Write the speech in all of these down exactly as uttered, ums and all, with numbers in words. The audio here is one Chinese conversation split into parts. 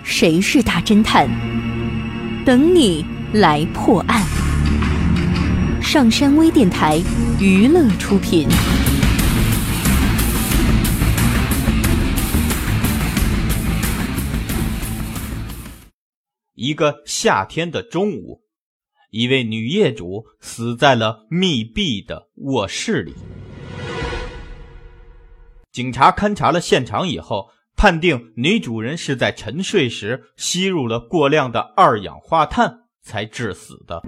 谁是大侦探？等你来破案。上山微电台娱乐出品。 一个夏天的中午，一位女业主死在了密闭的卧室里。警察勘察了现场以后，判定女主人是在沉睡时吸入了过量的二氧化碳才致死的。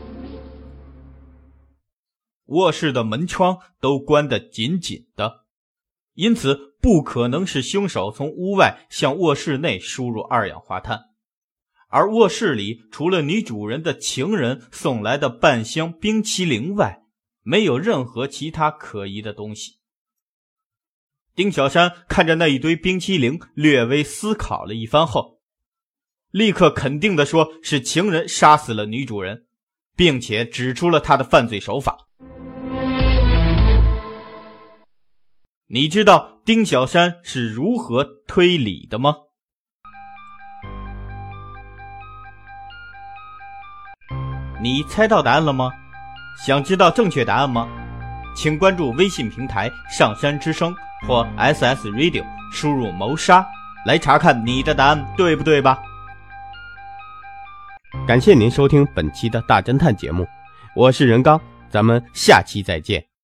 卧室的门窗都关得紧紧的，因此不可能是凶手从屋外向卧室内输入二氧化碳。而卧室里除了女主人的情人送来的半箱冰淇淋外，没有任何其他可疑的东西。丁小山看着那一堆冰淇淋，略微思考了一番后，立刻肯定地说是情人杀死了女主人，并且指出了他的犯罪手法。你知道丁小山是如何推理的吗？你猜到答案了吗？想知道正确答案吗？请关注微信平台上山之声或 S S Radio， 输入谋杀来查看你的答案对不对吧。 感谢您收听本期的大侦探节目，我是任刚，咱们下期再见。